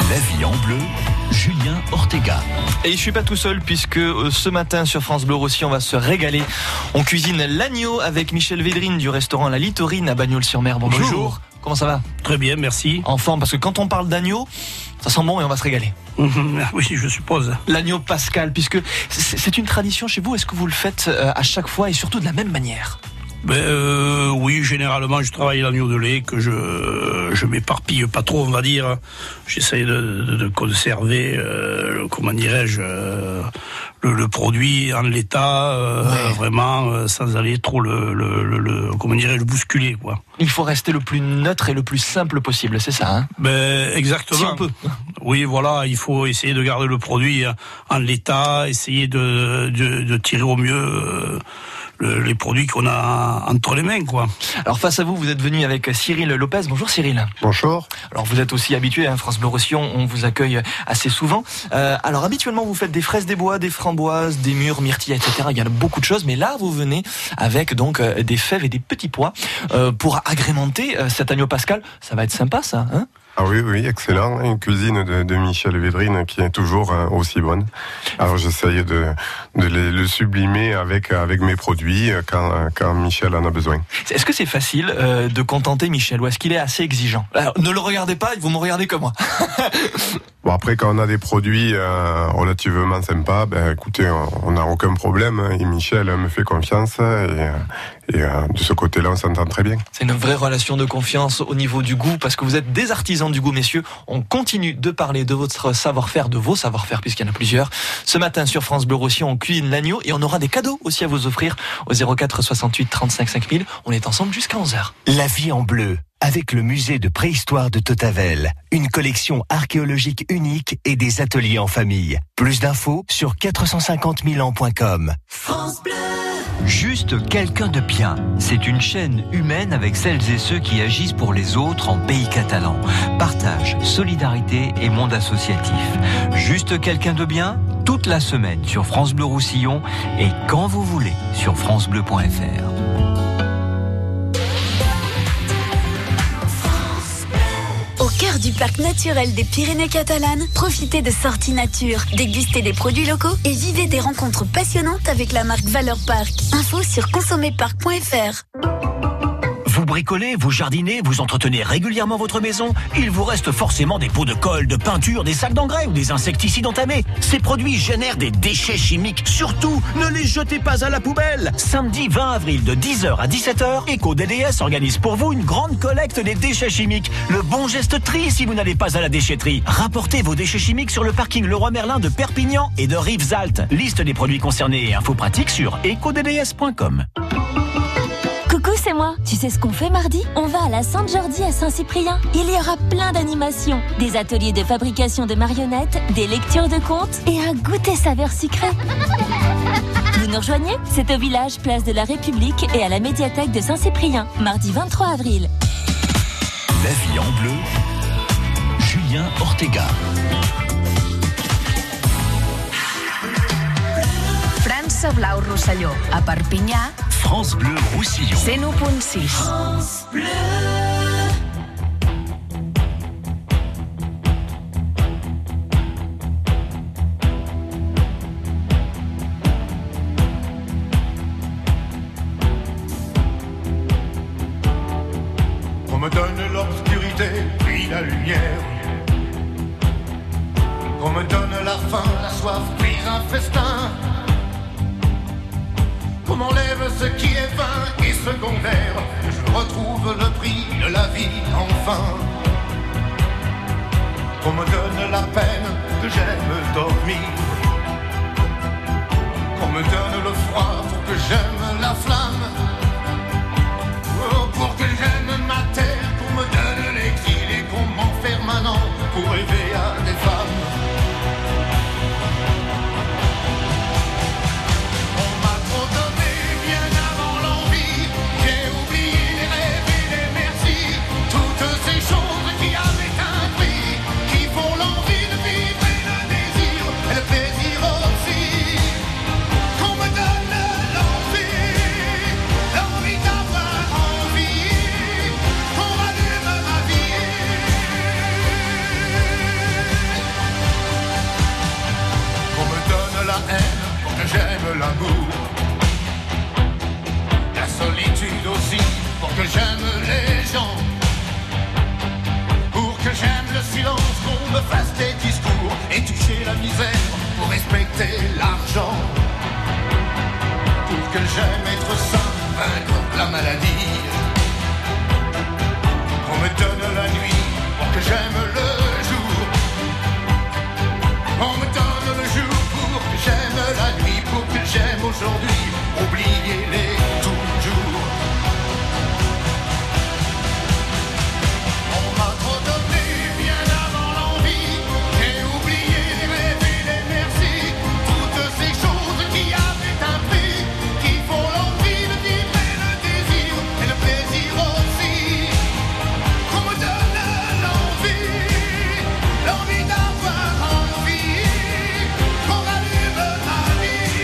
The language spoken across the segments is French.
La vie en bleu, Julien Ortega. Et je suis pas tout seul puisque ce matin sur France Bleu Roussillon, on va se régaler. On cuisine l'agneau avec Michel Védrine du restaurant La Litorine à Bagnols-sur-Mer. Bonjour. Comment ça va ? Très bien, merci. En forme, parce que quand on parle d'agneau, ça sent bon et on va se régaler. Oui, je suppose. L'agneau pascal, puisque c'est une tradition chez vous. Est-ce que vous le faites à chaque fois et surtout de la même manière ? Oui, généralement, je travaille l'agneau de lait, que je m'éparpille pas trop, on va dire. J'essaye de conserver, comment dirais-je, le produit en l'état, vraiment, sans aller trop comment dirais-je, le bousculer, quoi. Il faut rester le plus neutre et le plus simple possible, c'est ça, hein ? Exactement. Si on peut. Oui, voilà, il faut essayer de garder le produit en l'état, essayer de tirer au mieux les produits qu'on a entre les mains, quoi. Alors face à vous, vous êtes venu avec Cyril Lopez. Bonjour Cyril. Bonjour. Alors vous êtes aussi habitué à France Bleu Roussillon, on vous accueille assez souvent. Alors habituellement vous faites des fraises des bois, des framboises, des mûres, myrtilles, etc. Il y en a beaucoup de choses, mais là vous venez avec donc des fèves et des petits pois pour agrémenter cet agneau pascal. Ça va être sympa ça, hein ? Ah oui, excellent. Une cuisine de Michel Védrine qui est toujours aussi bonne. Alors j'essaye de le sublimer avec mes produits quand Michel en a besoin. Est-ce que c'est facile de contenter Michel ou est-ce qu'il est assez exigeant ? Alors, ne le regardez pas, vous me regardez comme moi. Bon, après, quand on a des produits relativement sympas, écoutez, on n'a aucun problème. Et Michel me fait confiance et de ce côté-là, on s'entend très bien. C'est une vraie relation de confiance au niveau du goût, parce que vous êtes des artisans du goût, messieurs. On continue de parler de votre savoir-faire, de vos savoir-faire, puisqu'il y en a plusieurs. Ce matin, sur France Bleu Roussillon, on cuisine l'agneau et on aura des cadeaux aussi à vous offrir au 04 68 35 5000. On est ensemble jusqu'à 11h. La vie en bleu, avec le musée de préhistoire de Totavel. Une collection archéologique unique et des ateliers en famille. Plus d'infos sur 450 000ans.com. France Bleu. Juste quelqu'un de bien. C'est une chaîne humaine avec celles et ceux qui agissent pour les autres en pays catalan. Partage, solidarité et monde associatif. Juste quelqu'un de bien, toute la semaine sur France Bleu Roussillon et quand vous voulez sur francebleu.fr. Au cœur du parc naturel des Pyrénées catalanes, profitez de sorties nature, dégustez des produits locaux et vivez des rencontres passionnantes avec la marque Valeur Parc. Info sur consommerparc.fr. Vous bricolez, vous jardinez, vous entretenez régulièrement votre maison. Il vous reste forcément des pots de colle, de peinture, des sacs d'engrais ou des insecticides entamés. Ces produits génèrent des déchets chimiques. Surtout, ne les jetez pas à la poubelle. Samedi 20 avril de 10h à 17h, EcoDDS organise pour vous une grande collecte des déchets chimiques. Le bon geste tri si vous n'allez pas à la déchetterie. Rapportez vos déchets chimiques sur le parking Leroy Merlin de Perpignan et de Rivesaltes. Liste des produits concernés et infos pratiques sur ecodds.com. Coucou, c'est moi. Tu sais ce qu'on fait mardi ? On va à la Sainte-Jordi à Saint-Cyprien. Il y aura plein d'animations, des ateliers de fabrication de marionnettes, des lectures de contes et un goûter saveur sucré. Vous nous rejoignez ? C'est au village Place de la République et à la médiathèque de Saint-Cyprien, mardi 23 avril. La vie en bleu, Julien Ortega. França Blau Rosselló, a Perpinyà, France Bleu Roussillon. 101.6. France Bleu. Qu'on me donne l'obscurité, puis la lumière. Qu'on me donne la faim, la soif, puis un festin. Qu'on m'enlève ce qui est vain et secondaire, que je retrouve le prix de la vie enfin. Qu'on me donne la peine, que j'aime dormir. Qu'on me donne le froid pour que j'aime la flamme. Oh, pour que j'aime ma terre, qu'on me donne l'exil et qu'on m'enferme maintenant pour rêver à des femmes. j'aime être sain, vaincre la maladie. Qu'on me donne la nuit pour que j'aime le jour. On me donne le jour pour que j'aime la nuit, pour que j'aime aujourd'hui. Oubliez-les toujours. On m'a trop donné bien avant l'envie. J'ai oublié les rêves et les merci. Toutes ces choses qui avaient un prix, qui font l'envie de vivre et le désir et le plaisir aussi. Qu'on me donne l'envie, l'envie d'avoir envie, qu'on allume ma vie.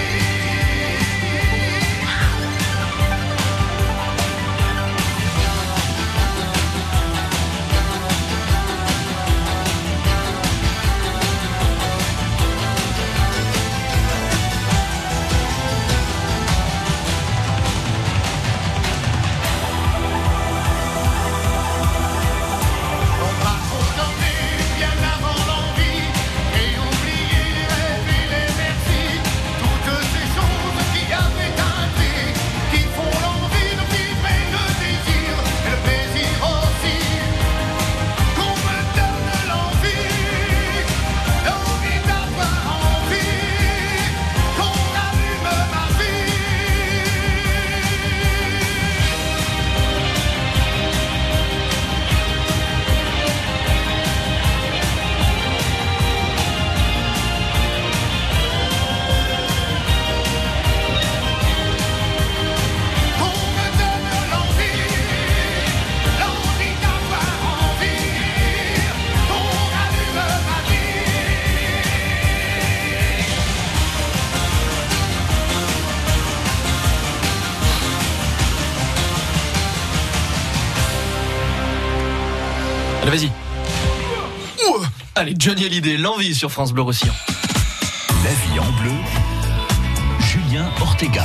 On m'a trop donné bien avant l'envie, et oublié les rêves et les merci. Toutes ces choses qui avaient un prix, qui font l'envie de vivre et le désir et le plaisir aussi. Qu'on me donne l'envie, l'envie d'avoir envie, qu'on allume ma vie. Qu'on me donne l'envie, l'envie d'avoir envie, qu'on allume ma vie. Allez, vas-y. Ouh. Allez, Johnny Hallyday, l'envie sur France Bleu Roussillon. La vie en bleu, Julien Ortega.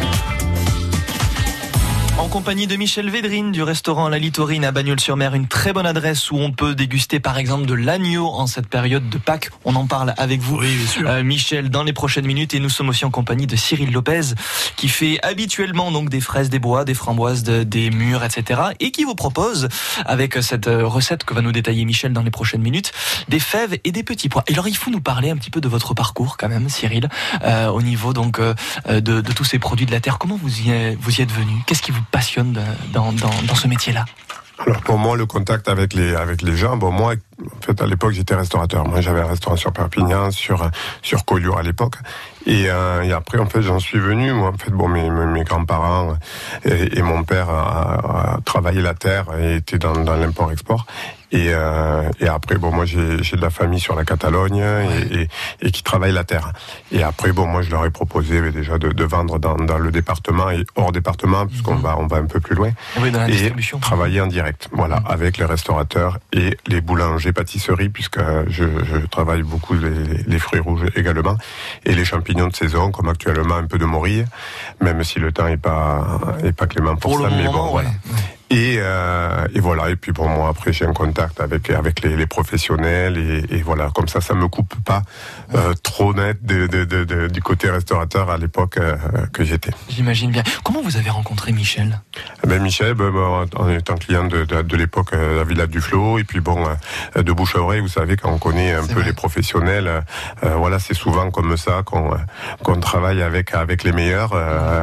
En compagnie de Michel Védrine du restaurant La Litorine à Bagnols-sur-Mer, une très bonne adresse où on peut déguster par exemple de l'agneau en cette période de Pâques. On en parle avec vous, Oui, bien sûr. Michel, dans les prochaines minutes. Et nous sommes aussi en compagnie de Cyril Lopez qui fait habituellement donc des fraises, des bois, des framboises, des mûres, etc. Et qui vous propose, avec cette recette que va nous détailler Michel dans les prochaines minutes, des fèves et des petits pois. Et alors il faut nous parler un petit peu de votre parcours quand même, Cyril, au niveau donc de tous ces produits de la terre. Comment vous y êtes venu? Qu'est-ce qui vous passionne dans ce métier-là? Alors pour moi, le contact avec les gens, bon moi, en fait à l'époque j'étais restaurateur. Moi j'avais un restaurant sur Perpignan, sur Collioure à l'époque. Et après en fait j'en suis venu. Moi en fait bon mes grands-parents et mon père a travaillé la terre et était dans l'import-export. Et après bon moi j'ai de la famille sur la Catalogne et qui travaille la terre. Et après bon moi je leur ai proposé déjà de vendre dans le département et hors département puisqu'on va un peu plus loin. Oui, dans la Et distribution. travailler en direct, voilà, avec les restaurateurs et les boulangers pâtisseries puisque je travaille beaucoup les fruits rouges également et les champignons de saison comme actuellement un peu de morille, même si le temps est pas clément pour ça, mais bon voilà. Et voilà. Et puis pour moi après j'ai un contact avec les professionnels et voilà, comme ça me coupe pas trop net du côté restaurateur à l'époque que j'étais. J'imagine bien. Comment vous avez rencontré Michel? Michel, en étant client de l'époque à Villa Duflot, et puis bon, de bouche à oreille, vous savez, quand on connaît un peu les professionnels, voilà, c'est souvent comme ça qu'on travaille avec les meilleurs.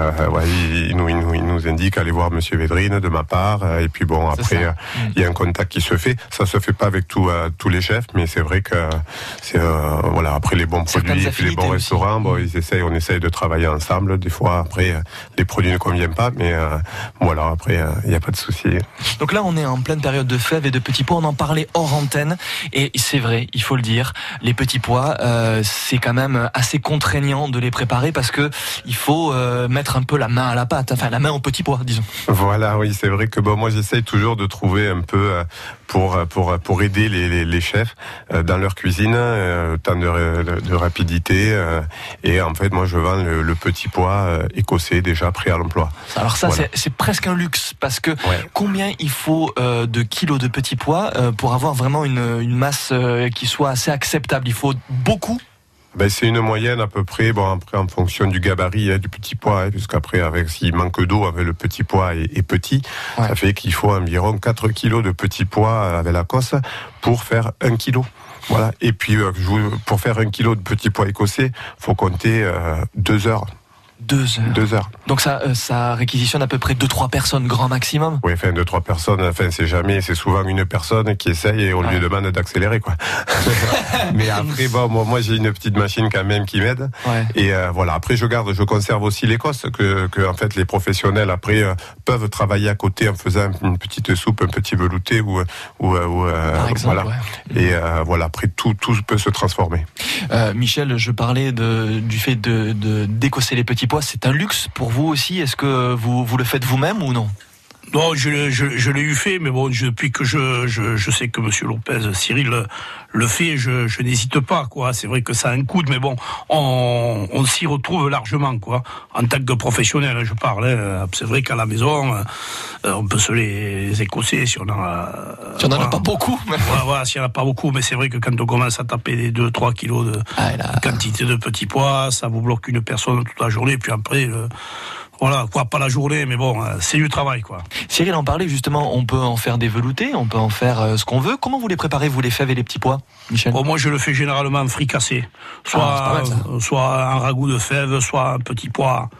Il nous indique allez voir Monsieur Védrine de ma part. Et puis bon, après, il y a un contact qui se fait. Ça se fait pas avec tous les chefs, mais c'est vrai que c'est voilà. Après les bons produits, et puis les bons restaurants, bon, on essaye de travailler ensemble. Des fois, après, les produits ne conviennent pas, mais voilà. Après, il n'y a pas de souci. Donc là, on est en pleine période de fèves et de petits pois. On en parlait hors antenne, et c'est vrai, il faut le dire. Les petits pois, c'est quand même assez contraignant de les préparer parce que il faut mettre un peu la main à la pâte, enfin la main aux petits pois, disons. Voilà, oui, c'est vrai que bon, moi j'essaye toujours de trouver un peu pour aider les chefs dans leur cuisine, tant de rapidité et en fait moi je vends le petit pois écossais déjà prêt à l'emploi. Alors ça voilà. c'est presque un luxe parce que combien il faut de kilos de petits pois pour avoir vraiment une masse qui soit assez acceptable? Il faut beaucoup. C'est une moyenne à peu près, après en fonction du gabarit du petit pois, puisqu'après s'il manque d'eau, avec le petit pois est petit, ça fait qu'il faut environ 4 kilos de petits pois avec la cosse pour faire 1 kilo. Voilà. Et puis pour faire 1 kilo de petits pois écossais, faut compter 2 heures. 2 heures. Donc ça réquisitionne à peu près 2-3 personnes grand maximum. Oui, 2-3 personnes, c'est souvent une personne qui essaye et on lui demande d'accélérer, quoi. Mais après, moi j'ai une petite machine quand même qui m'aide. Ouais. Et voilà, après je conserve aussi l'Écosse que en fait les professionnels après peuvent travailler à côté en faisant une petite soupe, un petit velouté ou par exemple, voilà. Ouais. Et voilà, après tout peut se transformer. Michel, je parlais du fait d'écosser les petits pois, c'est un luxe pour vous aussi. Est-ce que vous le faites vous-même ou non ? Non, je l'ai eu fait, mais depuis que je sais que Monsieur Lopez, Cyril le fait, je n'hésite pas, quoi. C'est vrai que ça a un coût, mais on s'y retrouve largement, quoi. En tant que professionnel, je parle. C'est vrai qu'à la maison, on peut se les écosser si on en a. Si on n'en a pas beaucoup. Voilà, si on n'en a pas beaucoup, mais c'est vrai que quand on commence à taper des 2-3 kilos de quantité de petits pois, ça vous bloque une personne toute la journée, puis après. Voilà, pas la journée, mais c'est du travail, quoi. Cyril en parlait justement, on peut en faire des veloutés, on peut en faire ce qu'on veut. Comment vous les préparez, vous, les fèves et les petits pois, Michel ? Moi, je le fais généralement en fricassé. Soit un ragoût de fèves, soit un petit pois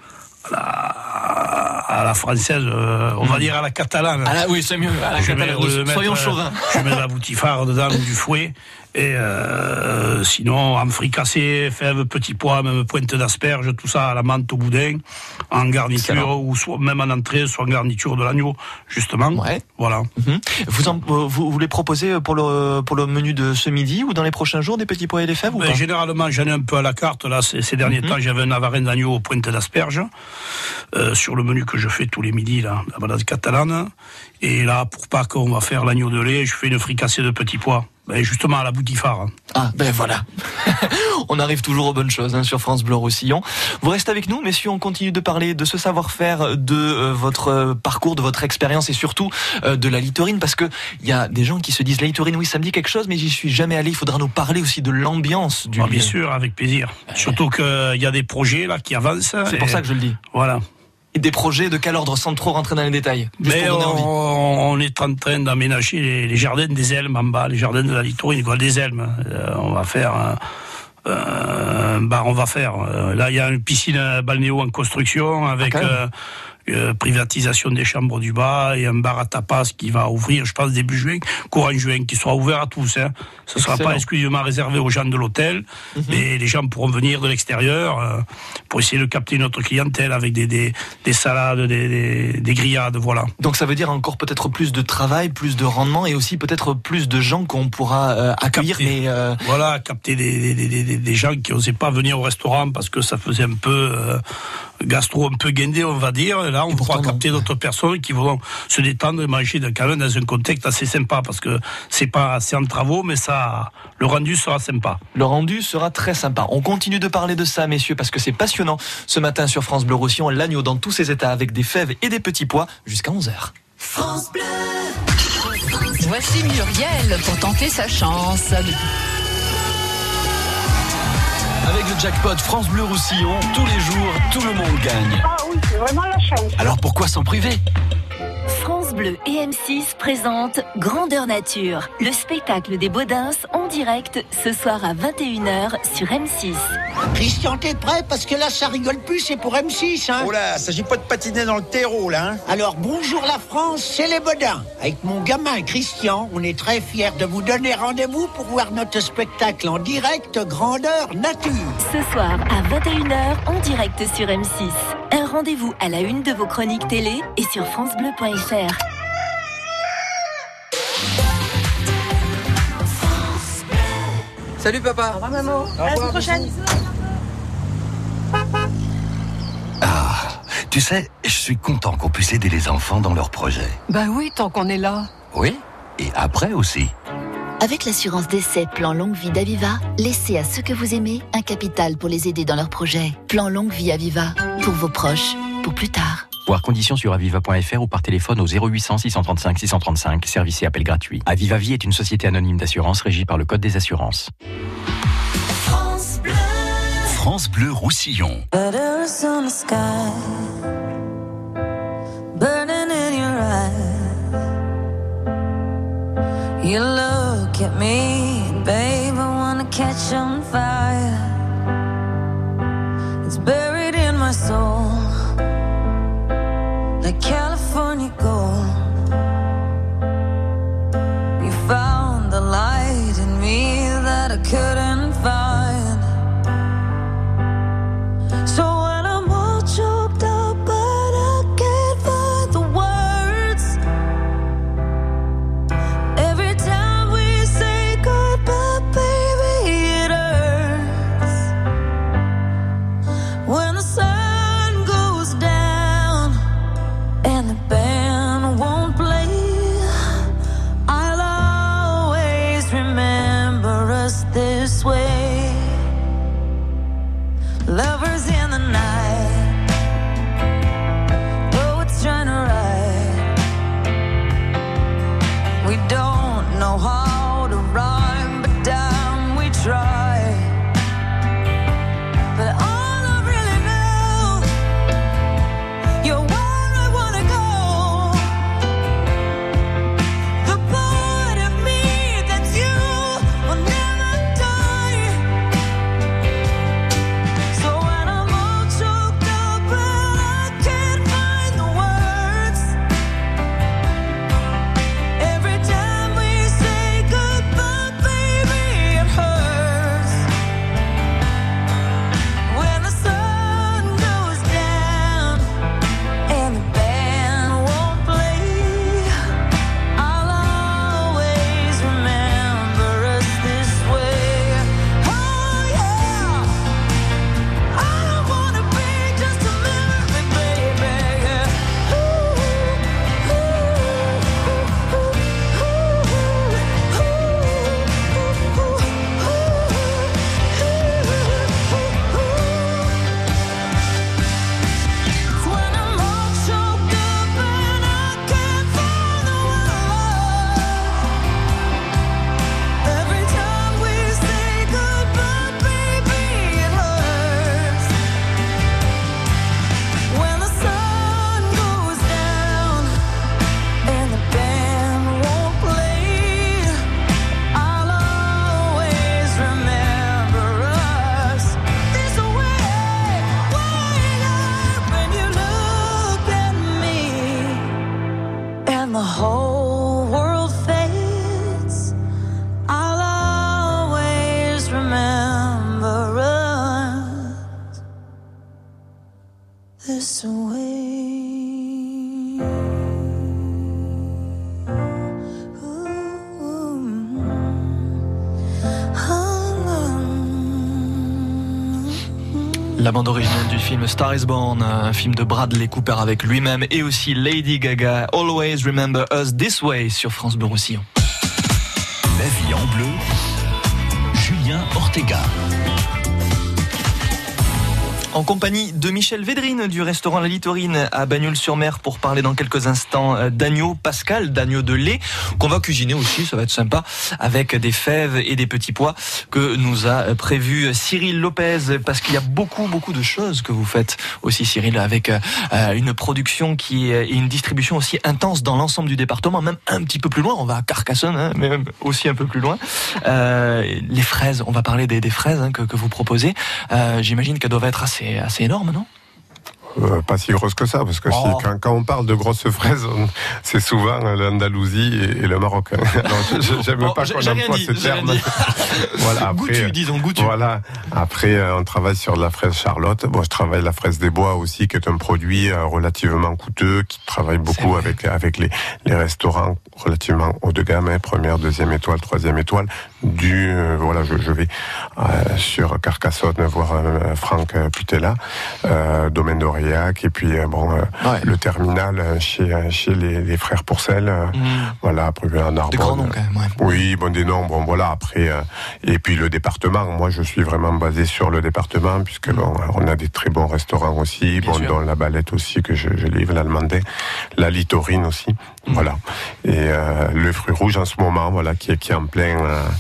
à la française, on va dire à la catalane. Oui, c'est mieux, à la catalane. Soyons chauvins. Je mets de la boutifare dedans, ou du fouet. Et sinon, en fricassé, fèves, petits pois, même pointe d'asperges, tout ça à la menthe, au boudin, en garniture, ou soit même en entrée, soit en garniture de l'agneau, justement. Ouais. Voilà. Vous les proposez pour le menu de ce midi ou dans les prochains jours, des petits pois et des fèves ou pas ? Généralement, j'en ai un peu à la carte. Là, ces derniers temps, j'avais un navarin d'agneau aux pointes d'asperges sur le menu que je fais tous les midis, là, la balade catalane. Et là, pour Pâques, on va faire l'agneau de lait. Je fais une fricassée de petits pois. Justement à la boutifare. Voilà. On arrive toujours aux bonnes choses sur France Bleu Roussillon. Vous restez avec nous, messieurs, on continue de parler de ce savoir-faire, de votre parcours, de votre expérience et surtout de la Littorine, parce que il y a des gens qui se disent la Littorine, oui, ça me dit quelque chose, mais j'y suis jamais allé. Il faudra nous parler aussi de l'ambiance du lieu. Bien sûr, avec plaisir. Surtout qu'il y a des projets là qui avancent. C'est pour ça que je le dis. Voilà. Et des projets de quel ordre, sans trop rentrer dans les détails? Mais on est en train d'aménager les jardins des Elmes en bas, les jardins de la Littorine, des Elmes. On va faire là il y a une piscine balnéo en construction avec privatisation des chambres du bas et un bar à tapas qui va ouvrir, je pense, début juin, courant juin, qui sera ouvert à tous. Ce ne sera pas exclusivement réservé aux gens de l'hôtel, mais les gens pourront venir de l'extérieur pour essayer de capter notre clientèle avec des salades, des grillades, voilà. Donc ça veut dire encore peut-être plus de travail, plus de rendement et aussi peut-être plus de gens qu'on pourra accueillir. Voilà, capter des gens qui n'osaient pas venir au restaurant parce que ça faisait un peu gastro, un peu guindé, on va dire. Et là, on pourra capter d'autres personnes qui vont se détendre et manger quand même dans un contexte assez sympa parce que c'est en travaux, mais le rendu sera sympa. Le rendu sera très sympa. On continue de parler de ça, messieurs, parce que c'est passionnant. Ce matin sur France Bleu Roussillon, l'agneau dans tous ses états avec des fèves et des petits pois jusqu'à 11h. France Bleu. Voici Muriel pour tenter sa chance. Avec le jackpot France Bleu Roussillon, tous les jours, tout le monde gagne. Ah oui, c'est vraiment la chance. Alors pourquoi s'en priver ? France Bleu et M6 présentent Grandeur Nature, le spectacle des Baudins en direct ce soir à 21h sur M6. Christian, t'es prêt? Parce que là, ça rigole plus, c'est pour M6, hein. Oh là, s'agit pas de patiner dans le terreau, là, hein. Alors, bonjour la France, c'est les Baudins. Avec mon gamin Christian, on est très fiers de vous donner rendez-vous pour voir notre spectacle en direct Grandeur Nature. Ce soir à 21h en direct sur M6. Un rendez-vous à la une de vos chroniques télé et sur francebleu.fr. Salut papa. Au revoir maman. À la semaine prochaine. Ah, tu sais, je suis content qu'on puisse aider les enfants dans leurs projets. Bah oui, tant qu'on est là. Oui, et après aussi. Avec l'assurance décès Plan Longue Vie d'Aviva, laissez à ceux que vous aimez un capital pour les aider dans leurs projets. Plan Longue Vie Aviva, pour vos proches, pour plus tard. Voir conditions sur aviva.fr ou par téléphone au 0800 635 635, service et appel gratuit. Aviva Vie est une société anonyme d'assurance régie par le Code des assurances. France Bleu. France Bleu Roussillon. Letters on the sky, burning in your eyes. You look at me, babe, I wanna catch on fire. It's buried in my soul, like California gold. You found the light in me that I couldn't find. So when I'm all choked up, but I can't find the words. Every time we say goodbye, baby, it hurts. When the sun goes down and the band won't play, I'll always remember us this way. Lovers in the night, poets trying to write. We don't know how to rhyme, but damn, we try. But all I really know, you're where I wanna go. The part of me that's you will never die. So when I'm all choked up and I can't find the words, every time we say goodbye, baby, it hurts. When the sun goes down and the band won't play, I'll always remember us this way. Oh yeah, I don't wanna be just a memory, baby. When I'm all choked up and I can't find the words, every time we say goodbye, baby, it hurts. When the sun goes down and the band won't play, I'll always remember us this way. When you look at me and the whole world fades, I'll always remember us this way. La bande originale du film Star is Born, un film de Bradley Cooper avec lui-même et aussi Lady Gaga, Always Remember Us This Way sur France Bleu Roussillon. La vie en bleu, Julien Ortega. En compagnie de Michel Védrine du restaurant La Litorine à Bagnols-sur-Mer pour parler dans quelques instants d'agneau pascal, d'agneau de lait, qu'on va cuisiner aussi, ça va être sympa, avec des fèves et des petits pois que nous a prévu Cyril Lopez, parce qu'il y a beaucoup de choses que vous faites aussi, Cyril, avec une production qui est une distribution aussi intense dans l'ensemble du département, même un petit peu plus loin, on va à Carcassonne, hein, mais même aussi un peu plus loin. Les fraises, on va parler des fraises que vous proposez, j'imagine qu'elles doivent être assez énorme, non ? Pas si grosse que ça, parce que quand on parle de grosses fraises, c'est souvent l'Andalousie et le Maroc. Alors, j'aime pas qu'on emploie ce terme. Voilà, après, disons goûtu. Voilà. Après, on travaille sur de la fraise Charlotte. Bon, je travaille la fraise des bois aussi, qui est un produit relativement coûteux, qui travaille beaucoup avec les restaurants relativement haut de gamme, hein, première, deuxième étoile, troisième étoile. Voilà, je vais sur Carcassonne voir Franck Putella, domaine d'Aurillac, et puis le terminal chez les frères Pourcel, voilà, après en Narbonne. Des grands noms quand même, ouais. Oui, des noms, voilà, après, et puis le département, moi je suis vraiment basé sur le département, puisque on a des très bons restaurants aussi, dont la Balette aussi, que je livre, l'Allemandais, la Litorine aussi, voilà, et le fruit rouge en ce moment, voilà, qui est en plein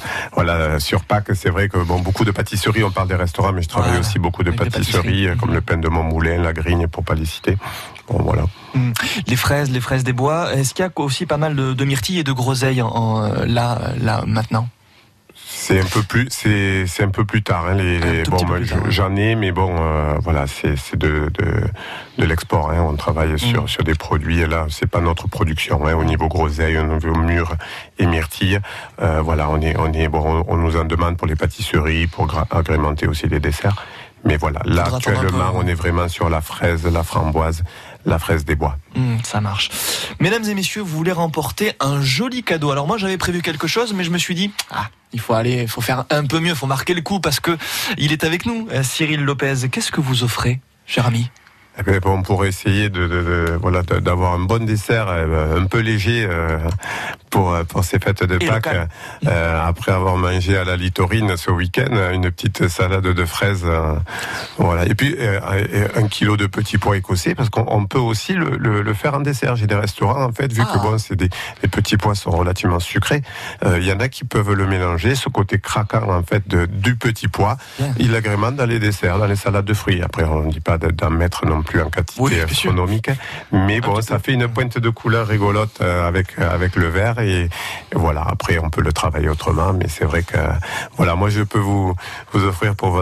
voilà, sur Pâques, c'est vrai que bon, beaucoup de pâtisseries, on parle des restaurants, mais je travaille aussi beaucoup de pâtisseries, comme le pain de Montmoulin, la Grigne, pour pas les citer. Bon, voilà. Les fraises des bois. Est-ce qu'il y a aussi pas mal de myrtilles et de groseilles là maintenant? C'est un peu plus tard. Hein, j'en ai, mais bon, voilà, c'est de l'export. Hein, on travaille sur des produits. Et là, c'est pas notre production. Hein, au niveau groseille, au niveau mûre et myrtille, voilà, on nous en demande pour les pâtisseries, pour agrémenter aussi les desserts. Mais voilà, là actuellement, on est vraiment sur la fraise, la framboise, la fraise des bois. Ça marche. Mesdames et messieurs, vous voulez remporter un joli cadeau. Alors moi, j'avais prévu quelque chose, mais je me suis dit, il faut faire un peu mieux, il faut marquer le coup parce que il est avec nous, Cyril Lopez. Qu'est-ce que vous offrez, cher ami? On pourrait essayer d'avoir un bon dessert un peu léger pour ces fêtes de Pâques. Après avoir mangé à la Litorine ce week-end, une petite salade de fraises. Voilà. Et puis 1 kilo de petits pois écossais, parce qu'on peut aussi le faire en dessert. J'ai des restaurants, en fait, vu que les petits pois sont relativement sucrés, il y en a qui peuvent le mélanger, ce côté craquant, en fait, du petit pois. Il l'agrémente dans les desserts, dans les salades de fruits. Après, on ne dit pas d'en mettre non plus en quantité astronomique, mais bon, ça fait une pointe de couleur rigolote avec le vert, et voilà, après on peut le travailler autrement, mais c'est vrai que voilà, moi je peux vous offrir pour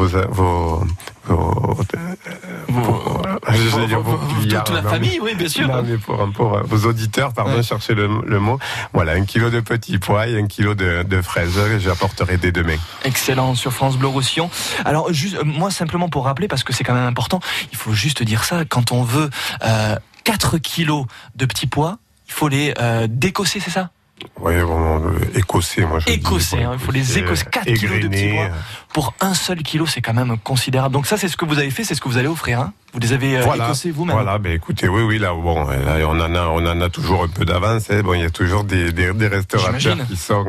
toute la famille, oui, bien sûr. Non, mais pour vos auditeurs, chercher le mot. Voilà, 1 kilo de petits pois et 1 kilo de fraises, j'apporterai dès demain. Excellent, sur France Bleu Roussillon. Alors, juste, moi, simplement pour rappeler, parce que c'est quand même important, il faut juste dire ça, quand on veut 4 kilos de petits pois, il faut les décosser, c'est ça? Oui, écossais, moi je écossais, dis. Il faut les écosser. 4 kilos de petits pois. Pour 1 seul kilo, c'est quand même considérable. Donc ça, c'est ce que vous avez fait, c'est ce que vous allez offrir, hein? Vous les avez écossés vous-même? Voilà, écoutez, oui, là, on en a toujours un peu d'avance. Hein. Bon, il y a toujours des restaurateurs qui sont,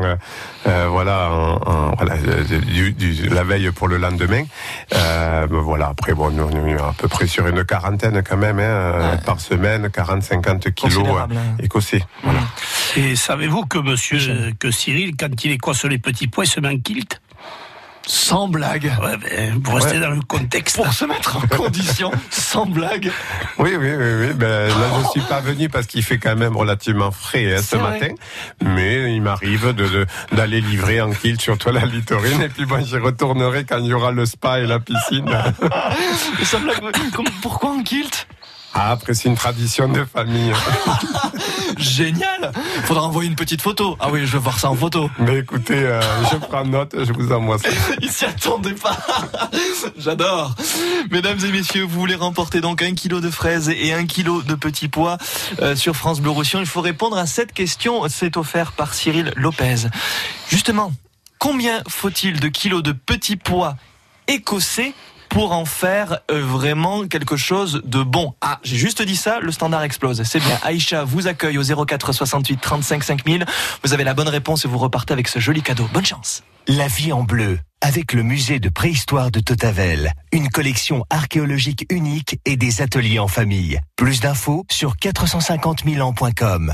la veille pour le lendemain. Voilà, après, nous, on est à peu près sur une quarantaine quand même, par semaine, 40-50 kilos écossés. Voilà. Et savez-vous que Cyril, quand il écosse les petits pois, il se met un kilt? Sans blague. Pour rester dans le contexte. Pour se mettre en condition, sans blague. Oui. Là, je suis pas venu parce qu'il fait quand même relativement frais ce matin. Mais il m'arrive d'aller livrer en kilt sur toi la Litorine. Et puis j'y retournerai quand il y aura le spa et la piscine. Sans blague. Pourquoi en kilt? Après, c'est une tradition de famille. Génial! Faudra envoyer une petite photo. Ah oui, je veux voir ça en photo. Mais écoutez, je prends note, je vous envoie ça. Il s'y attendait pas. J'adore. Mesdames et messieurs, vous voulez remporter donc 1 kilo de fraises et 1 kilo de petits pois sur France Bleu Roussillon. Il faut répondre à cette question. C'est offert par Cyril Lopez. Justement, combien faut-il de kilos de petits pois écossais pour en faire vraiment quelque chose de bon? Ah, j'ai juste dit ça, le standard explose. C'est bien. Aïcha vous accueille au 04 68 35 5000. Vous avez la bonne réponse et vous repartez avec ce joli cadeau. Bonne chance. La vie en bleu, avec le musée de préhistoire de Totavel. Une collection archéologique unique et des ateliers en famille. Plus d'infos sur 450 000ans.com.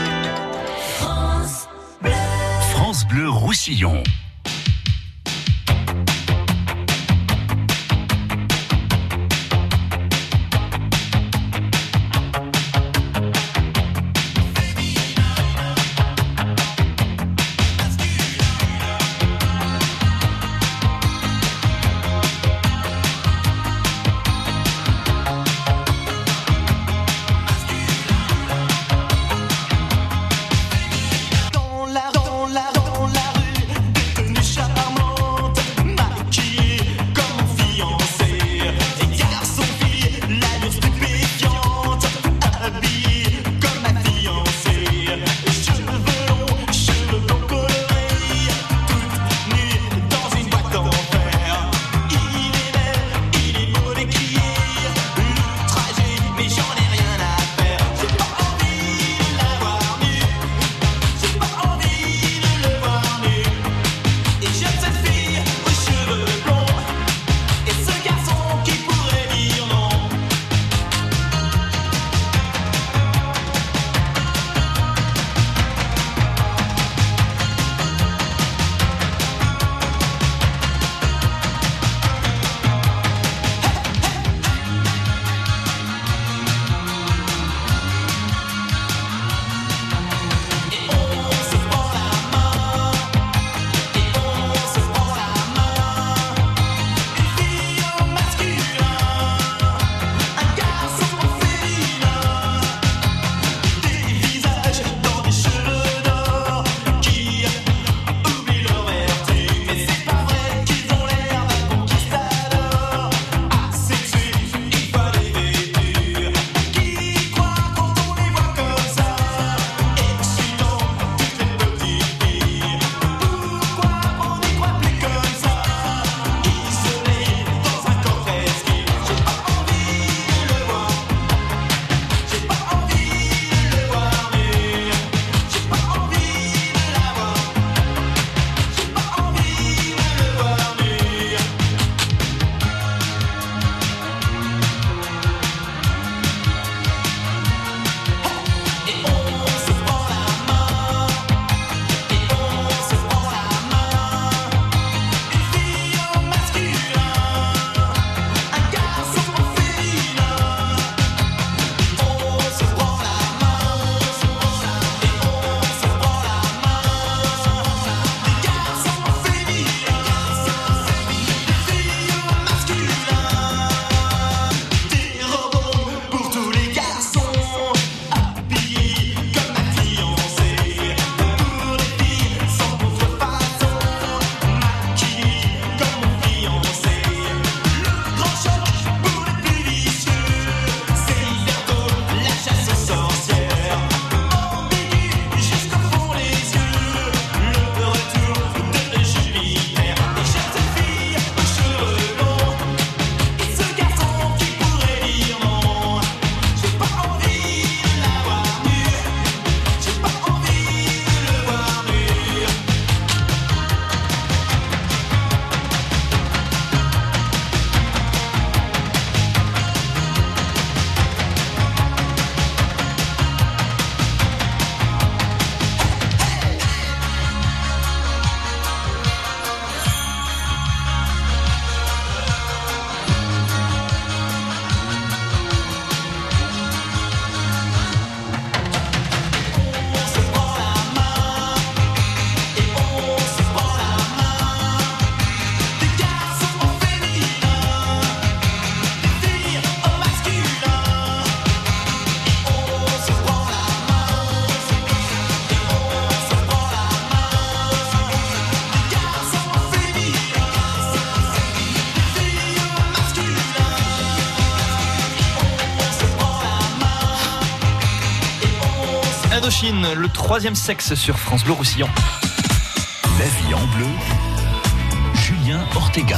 France Bleu Roussillon. Dans la rue, Indochine, le 3e sexe sur France Bleu Roussillon. La vie en bleu, Julien Ortega.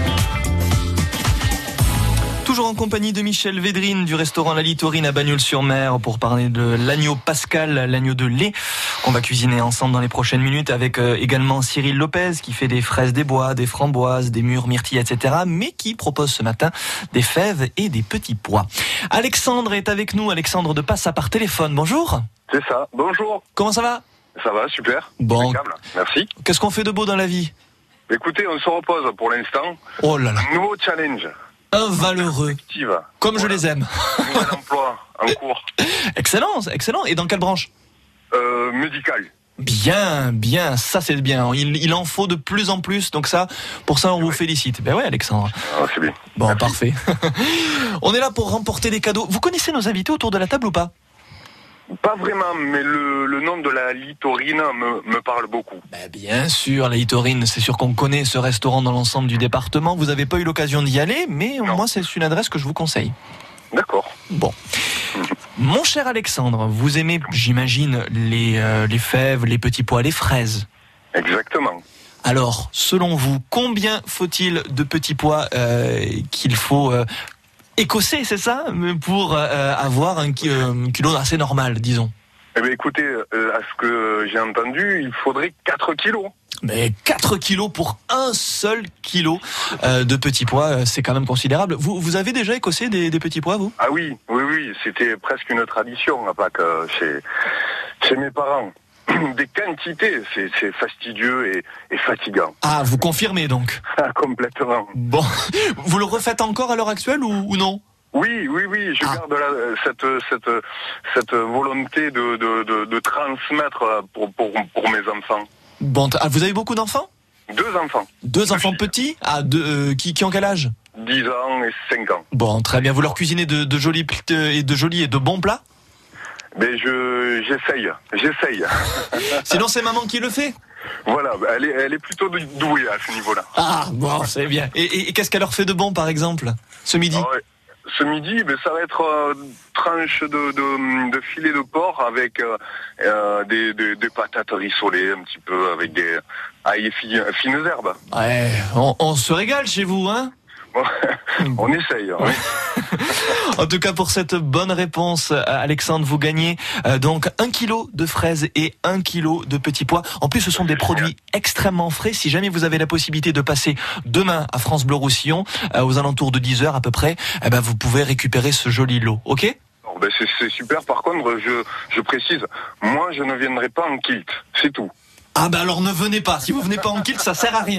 Toujours en compagnie de Michel Védrine du restaurant La Litorine à Bagnols-sur-Mer pour parler de l'agneau pascal, l'agneau de lait qu'on va cuisiner ensemble dans les prochaines minutes avec également Cyril Lopez qui fait des fraises des bois, des framboises, des mûres, myrtilles, etc. mais qui propose ce matin des fèves et des petits pois. Alexandre est avec nous, Alexandre de Passa par téléphone. Bonjour. C'est ça, bonjour. Comment ça va ? Ça va, super. Bon. Impeccable. Merci. Qu'est-ce qu'on fait de beau dans la vie ? Écoutez, on se repose pour l'instant. Oh là là. Nouveau challenge. Un valeureux. Comme je les aime. Nouvel emploi en cours. Excellent, excellent. Et dans quelle branche ? Médical. Bien, ça c'est bien. Il en faut de plus en plus, donc ça, pour ça on vous félicite. Ben ouais, Alexandre. Ah, c'est bien. Bon, merci. Parfait. On est là pour remporter des cadeaux. Vous connaissez nos invités autour de la table ou pas ? Pas vraiment, mais le nom de la Litorine me parle beaucoup. Ben bien sûr, la Litorine, c'est sûr qu'on connaît ce restaurant dans l'ensemble du département. Vous n'avez pas eu l'occasion d'y aller, mais moi c'est une adresse que je vous conseille. D'accord. Bon. Mon cher Alexandre, vous aimez, j'imagine, les fèves, les petits pois, les fraises. Exactement. Alors, selon vous, combien faut-il de petits pois qu'il faut écossais, c'est ça, pour avoir un kilo assez normal, disons? Eh bien, écoutez, à ce que j'ai entendu, il faudrait 4 kilos. Mais 4 kilos pour un seul kilo de petits pois, c'est quand même considérable. Vous avez déjà écossé des petits pois, vous ? Ah oui, c'était presque une tradition à Pâques chez mes parents. Des quantités, c'est fastidieux et fatigant. Ah, vous confirmez donc ? Ah, complètement. Bon, vous le refaites encore à l'heure actuelle ou non ? Oui, je garde cette volonté de transmettre pour mes enfants. Bon, vous avez beaucoup d'enfants ? 2 enfants. 2 enfants petits ? Ah, qui ont quel âge ? 10 ans et 5 ans. Bon, très bien. Vous leur cuisinez de jolis et de bons plats ? Mais j'essaye. Sinon, c'est maman qui le fait ? Voilà, elle est plutôt douée à ce niveau-là. Ah, bon, c'est bien. Et qu'est-ce qu'elle leur fait de bon, par exemple, ce midi ? Ce midi, ça va être tranche de filet de porc avec des patates rissolées un petit peu, avec des ail et fines herbes. Ouais, on se régale chez vous, hein ? On essaye. Oui. En tout cas, pour cette bonne réponse, Alexandre, vous gagnez donc 1 kilo de fraises et 1 kilo de petits pois. En plus, ce sont des produits extrêmement frais. Si jamais vous avez la possibilité de passer demain à France Bleu Roussillon, aux alentours de 10h à peu près, vous pouvez récupérer ce joli lot, ok ? C'est super. Par contre, je précise, moi, je ne viendrai pas en kilt. C'est tout. Ah alors ne venez pas. Si vous venez pas en kilt, ça sert à rien.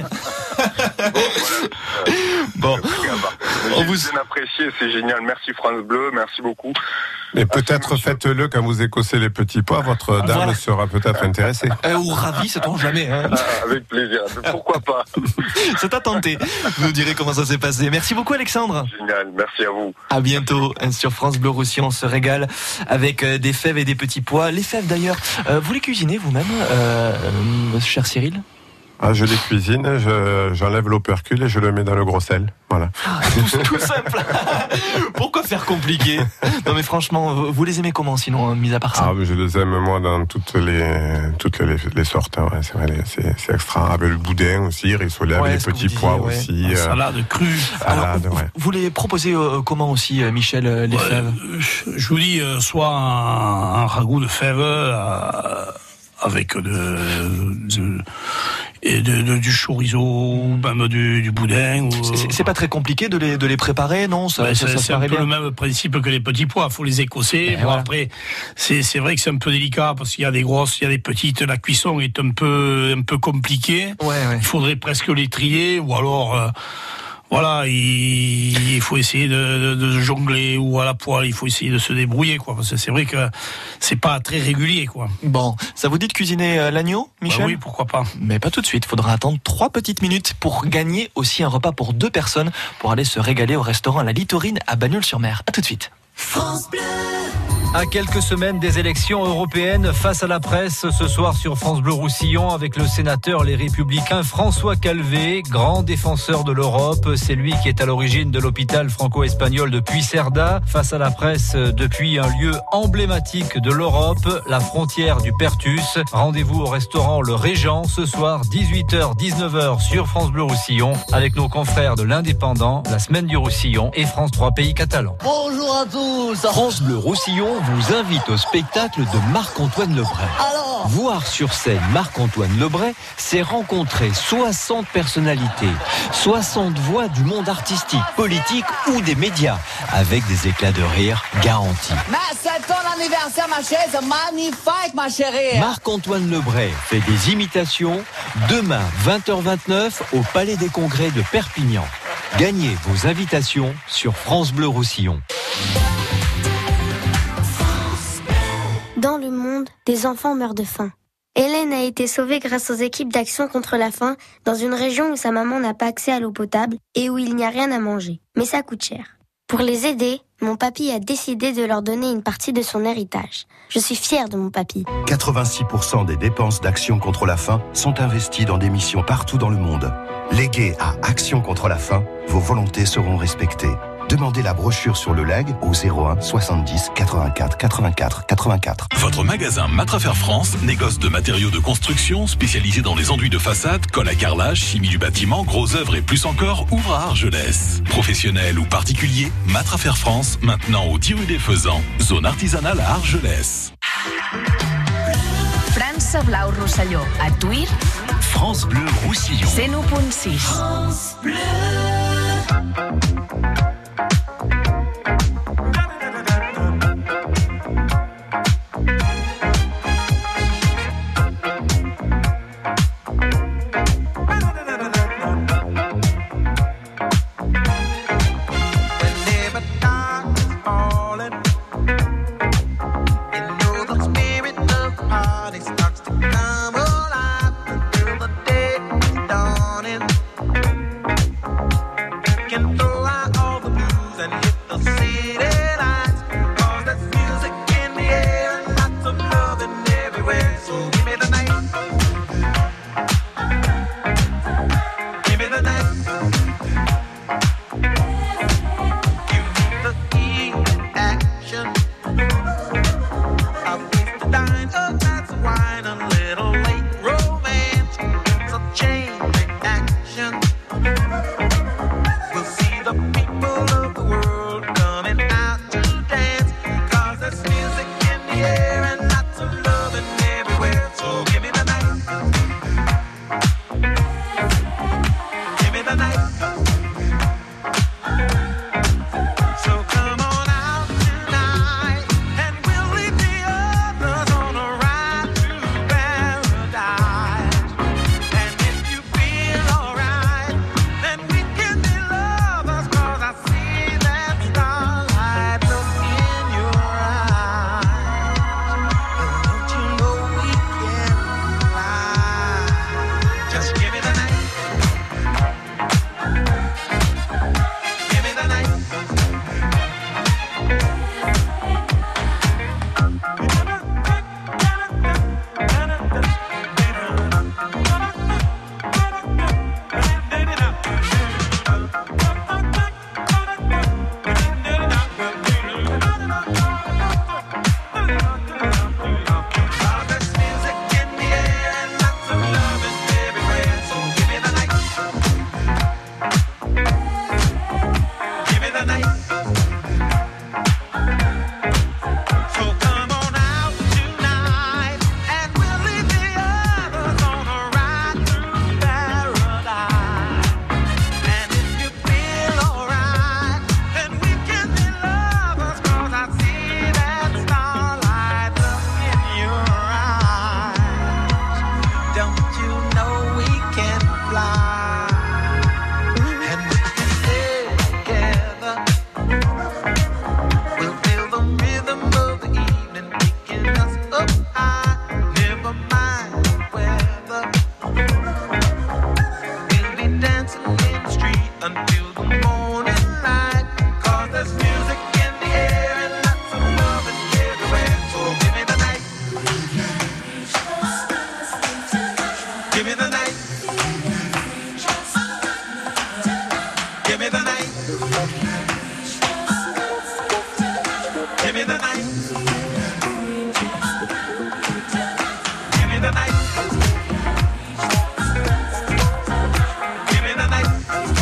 Bon. J'ai bien apprécié, c'est génial. Merci France Bleu, merci beaucoup. Mais peut-être faites-le quand vous écossez les petits pois, votre dame sera peut-être intéressée. Ou ravie, sait-on jamais. Hein. Avec plaisir, pourquoi pas. C'est à tenter. Vous nous direz comment ça s'est passé. Merci beaucoup Alexandre. Génial, merci à vous. À bientôt sur France Bleu Roussillon. On se régale avec des fèves et des petits pois. Les fèves d'ailleurs, vous les cuisinez vous-même, cher Cyril ? Ah, je les cuisine, j'enlève l'opercule et je le mets dans le gros sel. Voilà. Ah, tout simple. Pourquoi faire compliqué ? Non mais franchement, vous les aimez comment sinon, mis à part ça ? Ah, mais je les aime moi dans toutes les sortes. Ouais, c'est vrai, c'est extra. Avec le boudin aussi, rissolé avec les petits pois aussi. Salade crue. Salade, Vous les proposez comment aussi, Michel, les fèves ? Je vous dis, soit un ragoût de fèves avec du chorizo, même du boudin. C'est pas très compliqué de les préparer, non ? Ça c'est un peu bien. le même principe que les petits pois. Il faut les écosser. Voilà. Après, c'est vrai que c'est un peu délicat parce qu'il y a des grosses, il y a des petites. La cuisson est un peu compliquée. Ouais. Il faudrait presque les trier ou alors. Voilà, il faut essayer de jongler ou à la poêle, il faut essayer de se débrouiller, quoi. Parce que c'est vrai que c'est pas très régulier, quoi. Bon, ça vous dit de cuisiner l'agneau, Michel ? Oui, pourquoi pas. Mais pas tout de suite, faudra attendre 3 petites minutes pour gagner aussi un repas pour 2 personnes pour aller se régaler au restaurant La Litorine à Bagnols-sur-Mer. À tout de suite. France Bleu. À quelques semaines des élections européennes, face à la presse, ce soir sur France Bleu Roussillon, avec le sénateur Les Républicains François Calvet, grand défenseur de l'Europe. C'est lui qui est à l'origine de l'hôpital franco-espagnol de Puigcerdà. Face à la presse, depuis un lieu emblématique de l'Europe, la frontière du Perthus. Rendez-vous au restaurant Le Régent ce soir, 18h-19h sur France Bleu Roussillon, avec nos confrères de l'Indépendant, la Semaine du Roussillon et France 3 Pays Catalans. Bonjour à tous. France Bleu Roussillon vous invite au spectacle de Marc-Antoine Lebray. Alors, voir sur scène Marc-Antoine Lebray, c'est rencontrer 60 personnalités, 60 voix du monde artistique, politique ou des médias, avec des éclats de rire garantis. mais c'est ton anniversaire, ma chérie, c'est magnifique, ma chérie. Marc-Antoine Lebray fait des imitations demain 20h29 au Palais des Congrès de Perpignan. Gagnez vos invitations sur France Bleu Roussillon. Dans le monde, des enfants meurent de faim. Hélène a été sauvée grâce aux équipes d'action contre la faim dans une région où sa maman n'a pas accès à l'eau potable et où il n'y a rien à manger. Mais ça coûte cher. Pour les aider, mon papy a décidé de leur donner une partie de son héritage. Je suis fière de mon papy. 86% des dépenses d'Action contre la faim sont investies dans des missions partout dans le monde. Léguées à Action contre la faim, vos volontés seront respectées. Demandez la brochure sur le leg au 01 70 84 84 84. Votre magasin Matrafer France négocie de matériaux de construction spécialisés dans les enduits de façade, colle à carrelage, chimie du bâtiment, gros œuvres et plus encore, ouvre à Argelès. Professionnels ou particuliers, Matrafer France, maintenant au 10 rue des Faisans, zone artisanale à Argelès. France Blau Rosselló, a Tuir, France Bleu Roussillon. 101.6. France Bleu.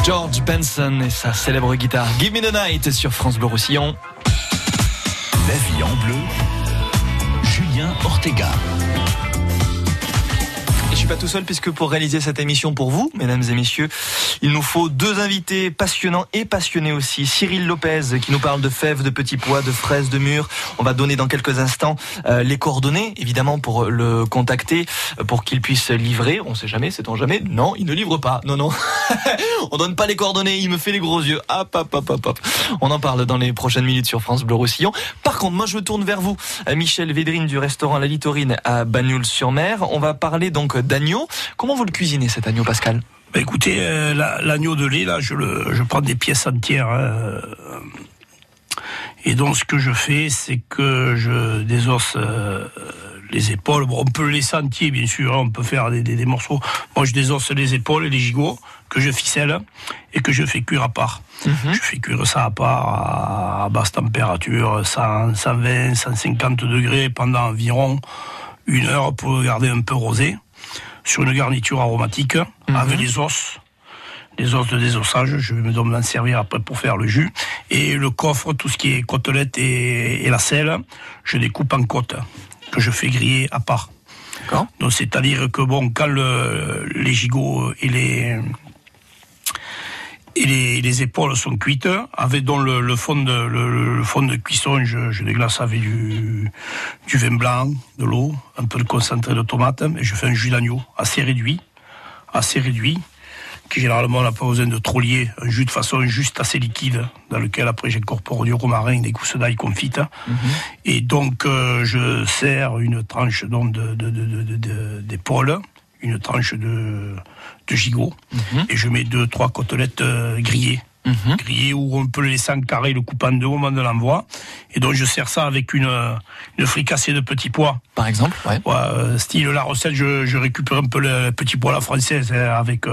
George Benson et sa célèbre guitare Give Me the Night sur France Bleu Roussillon. La vie en bleu, Julien Ortega. Et je suis pas tout seul puisque pour réaliser cette émission pour vous, mesdames et messieurs, il nous faut deux invités passionnants et passionnés aussi. Cyril Lopez qui nous parle de fèves, de petits pois, de fraises, de mûres. On va donner dans quelques instants les coordonnées, évidemment, pour le contacter, pour qu'il puisse livrer. On sait jamais, sait-on jamais. Non, il ne livre pas. Non. On donne pas les coordonnées, il me fait les gros yeux. Hop. On en parle dans les prochaines minutes sur France Bleu Roussillon. Par contre, moi je me tourne vers vous, Michel Védrine du restaurant La Litorine à Bagnols-sur-Mer. On va parler donc d'agneau. Comment vous le cuisinez cet agneau, Pascal ? Écoutez, l'agneau de lait, là, je prends des pièces entières. Et donc, ce que je fais, c'est que je désosse les épaules. Bon, on peut le laisser entier, bien sûr. On peut faire des morceaux. Moi, je désosse les épaules et les gigots que je ficelle et que je fais cuire à part. Je fais cuire ça à part à basse température, 100, 120, 150 degrés pendant environ 1 heure pour le garder un peu rosé. Sur une garniture aromatique, avec les os de désossage. Je vais m'en servir après pour faire le jus. Et le coffre, tout ce qui est côtelette et la selle, je découpe en côtes, que je fais griller à part. D'accord. Donc c'est-à-dire que bon, quand les gigots et les épaules sont cuites, avec donc le fond de cuisson, je déglace avec du vin blanc, de l'eau, un peu de concentré de tomate, et je fais un jus d'agneau assez réduit, qui généralement n'a pas besoin de trop lier, un jus de façon juste assez liquide, dans lequel après j'incorpore du romarin, des gousses d'ail confites, et donc je sers une tranche donc d'épaule, une tranche de gigot, et je mets 2-3 côtelettes grillées, où on peut le laisser en carré, le couper en deux au moment de l'envoi, et donc je sers ça avec une fricassée de petits pois. Par exemple, style la recette, je récupère un peu le petit pois à la française, avec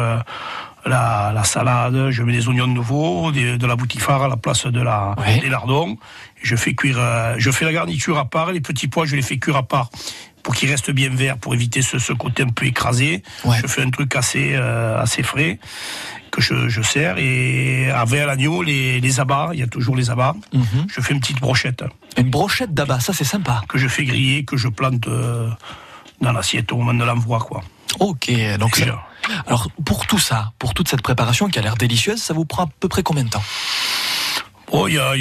la salade, je mets des oignons nouveaux, de la boutifare à la place des lardons, et je fais la garniture à part, et les petits pois je les fais cuire à part, pour qu'ils restent bien verts, pour éviter ce côté un peu écrasé. Je fais un truc assez frais que je sers, et avec l'agneau, les abats, il y a toujours les abats. Je fais une petite brochette. Une brochette d'abats, ça c'est sympa. Que je fais griller, que je plante dans l'assiette au moment de l'envoi, quoi. Ok, donc c'est... Alors pour tout ça, pour toute cette préparation qui a l'air délicieuse, ça vous prend à peu près combien de temps ? Il y a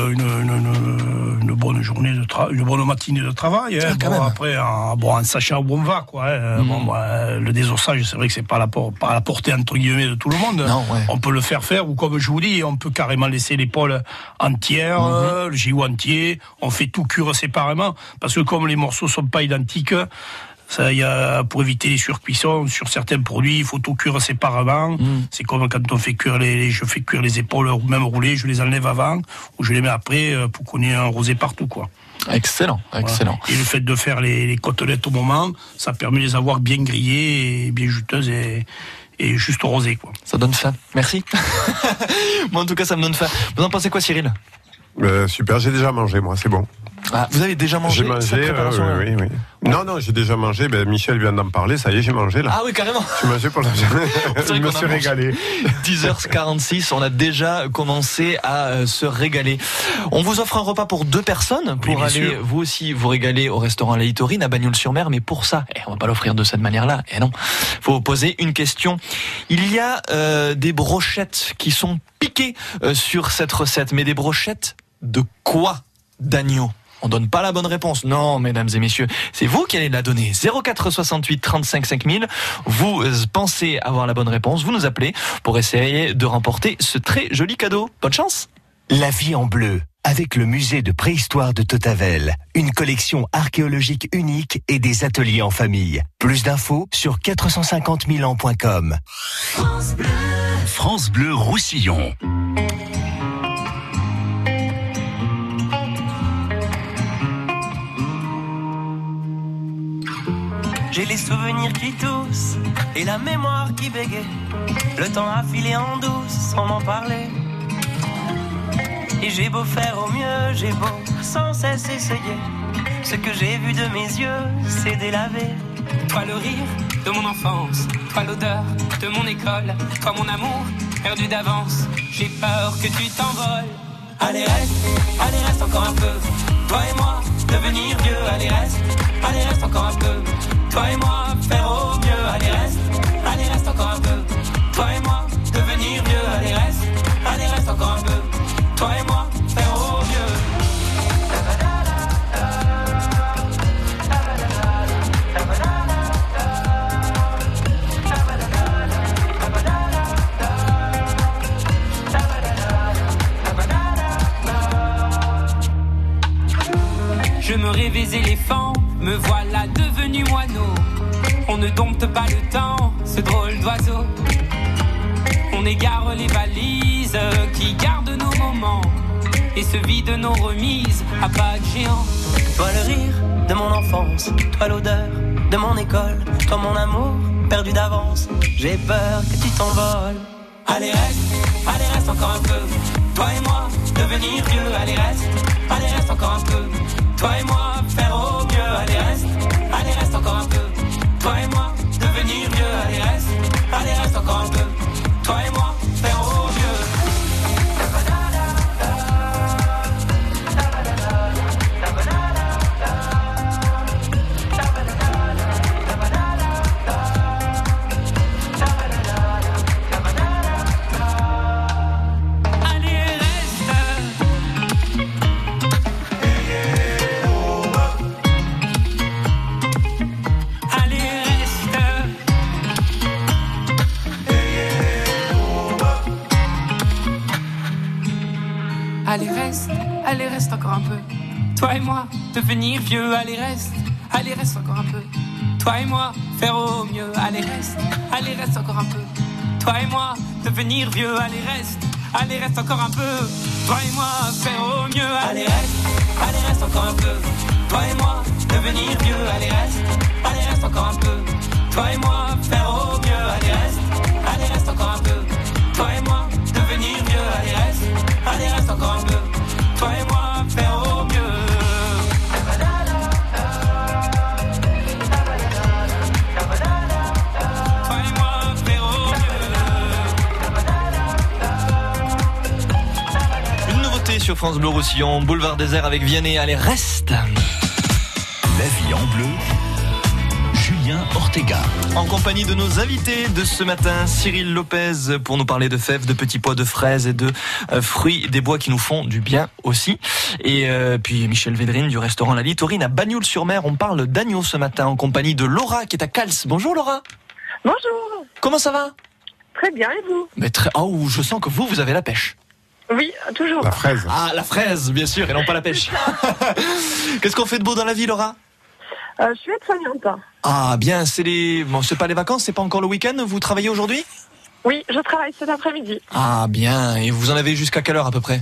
une bonne journée une bonne matinée de travail. Après, en sachant où on va, quoi. Le désossage, c'est vrai que c'est pas à la portée entre guillemets de tout le monde. Non, on peut le faire, ou comme je vous dis, on peut carrément laisser l'épaule entière, le gigot entier. On fait tout cuire séparément, parce que comme les morceaux sont pas identiques. Ça, pour éviter les surcuissons sur certains produits, il faut tout cuire séparément. C'est comme quand on fait cuire je fais cuire les épaules, ou même rouler, je les enlève avant, ou je les mets après, pour qu'on ait un rosé partout, quoi. Excellent. Et le fait de faire les côtelettes au moment, ça permet de les avoir bien grillées, et bien juteuses, et juste rosées, quoi. Ça donne faim. Merci. Moi, en tout cas, ça me donne faim. Vous en pensez quoi, Cyril ? Super, j'ai déjà mangé, moi, c'est bon. Ah, vous avez déjà mangé? J'ai mangé, oui. Non, j'ai déjà mangé. Michel vient d'en parler. Ça y est, j'ai mangé là. Ah oui, carrément. J'ai mangé pour la journée. Je me suis régalé. 10h46, on a déjà commencé à se régaler. On vous offre un repas pour 2 personnes pour aller vous aussi vous régaler au restaurant La Litorine à Bagnols-sur-Mer. Mais pour ça, on va pas l'offrir de cette manière-là. Non, faut vous poser une question. Il y a des brochettes qui sont piquées sur cette recette, mais des brochettes de quoi? D'agneau? On donne pas la bonne réponse. Non, mesdames et messieurs, c'est vous qui allez la donner. 04 68 35 5000. Vous pensez avoir la bonne réponse, vous nous appelez pour essayer de remporter ce très joli cadeau. Bonne chance. La vie en bleu, avec le musée de préhistoire de Totavel. Une collection archéologique unique et des ateliers en famille. Plus d'infos sur 450 000ans.com. France Bleu Roussillon. J'ai les souvenirs qui toussent et la mémoire qui bégaye. Le temps a filé en douce sans m'en parler. Et j'ai beau faire au mieux, j'ai beau sans cesse essayer. Ce que j'ai vu de mes yeux, c'est délavé. Toi le rire de mon enfance, toi l'odeur de mon école, toi mon amour perdu d'avance. J'ai peur que tu t'envoles. Allez reste encore un peu. Toi et moi, devenir vieux. Allez reste encore un peu. Toi et moi, faire au mieux. Allez reste encore un peu. Toi et moi, devenir vieux. Allez reste encore un peu. Toi et moi, faire au mieux. Je me rêvais éléphant, me voilà devenu moineau. On ne dompte pas le temps, ce drôle d'oiseau. On égare les valises qui gardent nos moments et se vident nos remises à pas de géant. Toi le rire de mon enfance, toi l'odeur de mon école, toi mon amour perdu d'avance. J'ai peur que tu t'envoles. Allez reste encore un peu. Toi et moi, devenir vieux. Allez reste encore un peu. Toi et moi, faire au mieux. Allez reste encore un peu. Toi et moi, devenir vieux. Allez reste encore un peu. Toi et moi, faire au mieux. Allez reste encore un peu. Toi et moi, devenir vieux. Allez reste encore un peu. Toi et moi, faire au mieux. Allez reste encore un peu. Toi et moi, devenir vieux. Allez reste encore un peu. Toi et moi, faire au mieux. Allez reste encore un peu. Toi et moi, devenir vieux. Allez reste encore un peu. Toi et moi, faire au mieux. Allez reste encore un peu. Toi et moi, devenir vieux. Allez reste encore un peu. Toi et moi, faire au mieux. Toi et moi, faire au mieux. Une nouveauté sur France Bleu Roussillon, Boulevard Désert avec Vianney. Allez, reste. La vie en bleu. Julien Ortega. En compagnie de nos invités de ce matin, Cyril Lopez pour nous parler de fèves, de petits pois, de fraises et de fruits des bois qui nous font du bien aussi. Et puis Michel Védrine du restaurant La Littorine à Bagnoul-sur-Mer. On parle d'agneau ce matin en compagnie de Laura qui est à Cals. Bonjour Laura. Bonjour. Comment ça va? Très bien, et vous? Mais Oh, je sens que vous avez la pêche. Oui, toujours. La fraise. Ah, la fraise, bien sûr, et non pas la pêche. Qu'est-ce qu'on fait de beau dans la vie, Laura? Je suis aide-soignante. Ah bien, c'est pas les vacances, c'est pas encore le week-end, vous travaillez aujourd'hui? Oui, je travaille cet après-midi. Ah bien, et vous en avez jusqu'à quelle heure à peu près?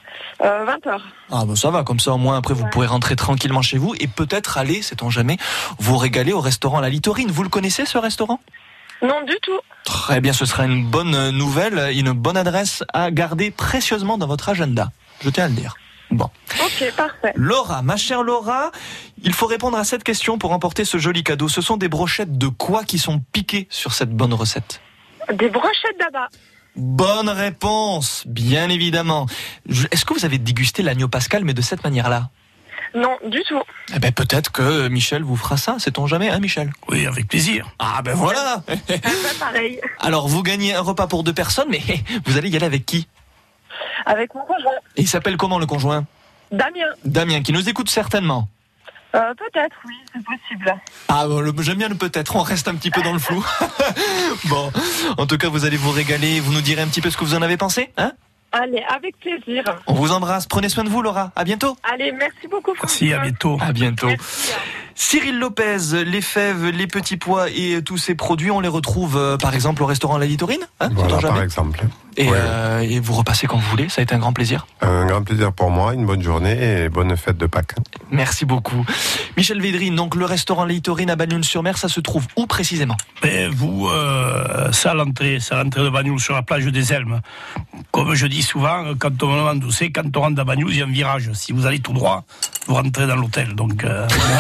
20h. Ah bah ça va, comme ça au moins après vous pourrez rentrer tranquillement chez vous et peut-être aller, sait-on jamais, vous régaler au restaurant La Littorine. Vous le connaissez ce restaurant? Non du tout. Très bien, ce sera une bonne nouvelle, une bonne adresse à garder précieusement dans votre agenda, je tiens à le dire. Bon. Ok, parfait. Laura, ma chère Laura, il faut répondre à cette question pour remporter ce joli cadeau. Ce sont des brochettes de quoi qui sont piquées sur cette bonne recette? Des brochettes d'abat. Bonne réponse, bien évidemment. Est-ce que vous avez dégusté l'agneau pascal, mais de cette manière-là? Non, du tout. Eh ben peut-être que Michel vous fera ça, sait-on jamais, hein Michel? Oui, avec plaisir. Ah ben voilà. Pareil. Alors vous gagnez un repas pour 2 personnes, mais vous allez y aller avec qui? Avec mon conjoint. Et il s'appelle comment le conjoint? Damien. Damien, qui nous écoute certainement. Peut-être, oui, c'est possible. Ah bon, j'aime bien le peut-être, on reste un petit peu dans le flou. Bon, en tout cas, vous allez vous régaler, vous nous direz un petit peu ce que vous en avez pensé, hein? Allez, avec plaisir. On vous embrasse, prenez soin de vous Laura, à bientôt. Allez, merci beaucoup François. Merci, à bientôt. À bientôt. Merci. Cyril Lopez, les fèves, les petits pois et tous ces produits, on les retrouve par exemple au restaurant La Littorine, hein, voilà, par exemple. Et, et vous repassez quand vous voulez, ça a été un grand plaisir. Un grand plaisir pour moi, une bonne journée et bonne fête de Pâques. Merci beaucoup. Michel Védrine, donc le restaurant La Littorine à Bagnoul-sur-Mer, ça se trouve où précisément? Vous, c'est à l'entrée de Bagnoul sur la plage des Elmes. Comme je dis souvent, quand on rentre à Bagnoul, il y a un virage. Si vous allez tout droit, vous rentrez dans l'hôtel. Donc, la réception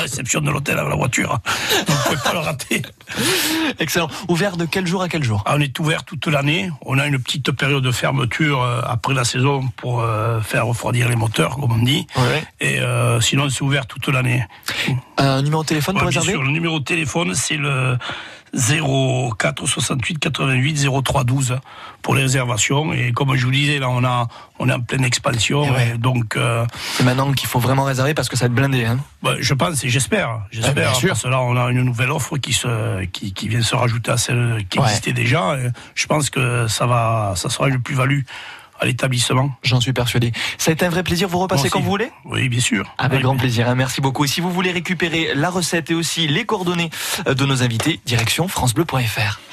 de l'hôtel avec la voiture. Vous ne pouvez pas le rater. Excellent. Ouvert de quel jour à quel jour? On est ouvert toute l'année. On a une petite période de fermeture après la saison pour faire refroidir les moteurs, comme on dit. Ouais. Et sinon, c'est ouvert toute l'année. Un numéro de téléphone pour réserver? Bien sûr, le numéro de téléphone, c'est le 04 68 88 03 12 pour les réservations. Et comme je vous disais, là, on est en pleine expansion. Ouais. Et donc, c'est maintenant qu'il faut vraiment réserver parce que ça va être blindé. Hein. Je pense et j'espère. Bien sûr. Parce que là, on a une nouvelle offre qui vient se rajouter à celle qui existait déjà. Et je pense que ça sera une plus-value à l'établissement. J'en suis persuadé. Ça a été un vrai plaisir. Vous repassez quand vous voulez? Oui, bien sûr. Avec grand plaisir. Merci beaucoup. Et si vous voulez récupérer la recette et aussi les coordonnées de nos invités, direction francebleu.fr.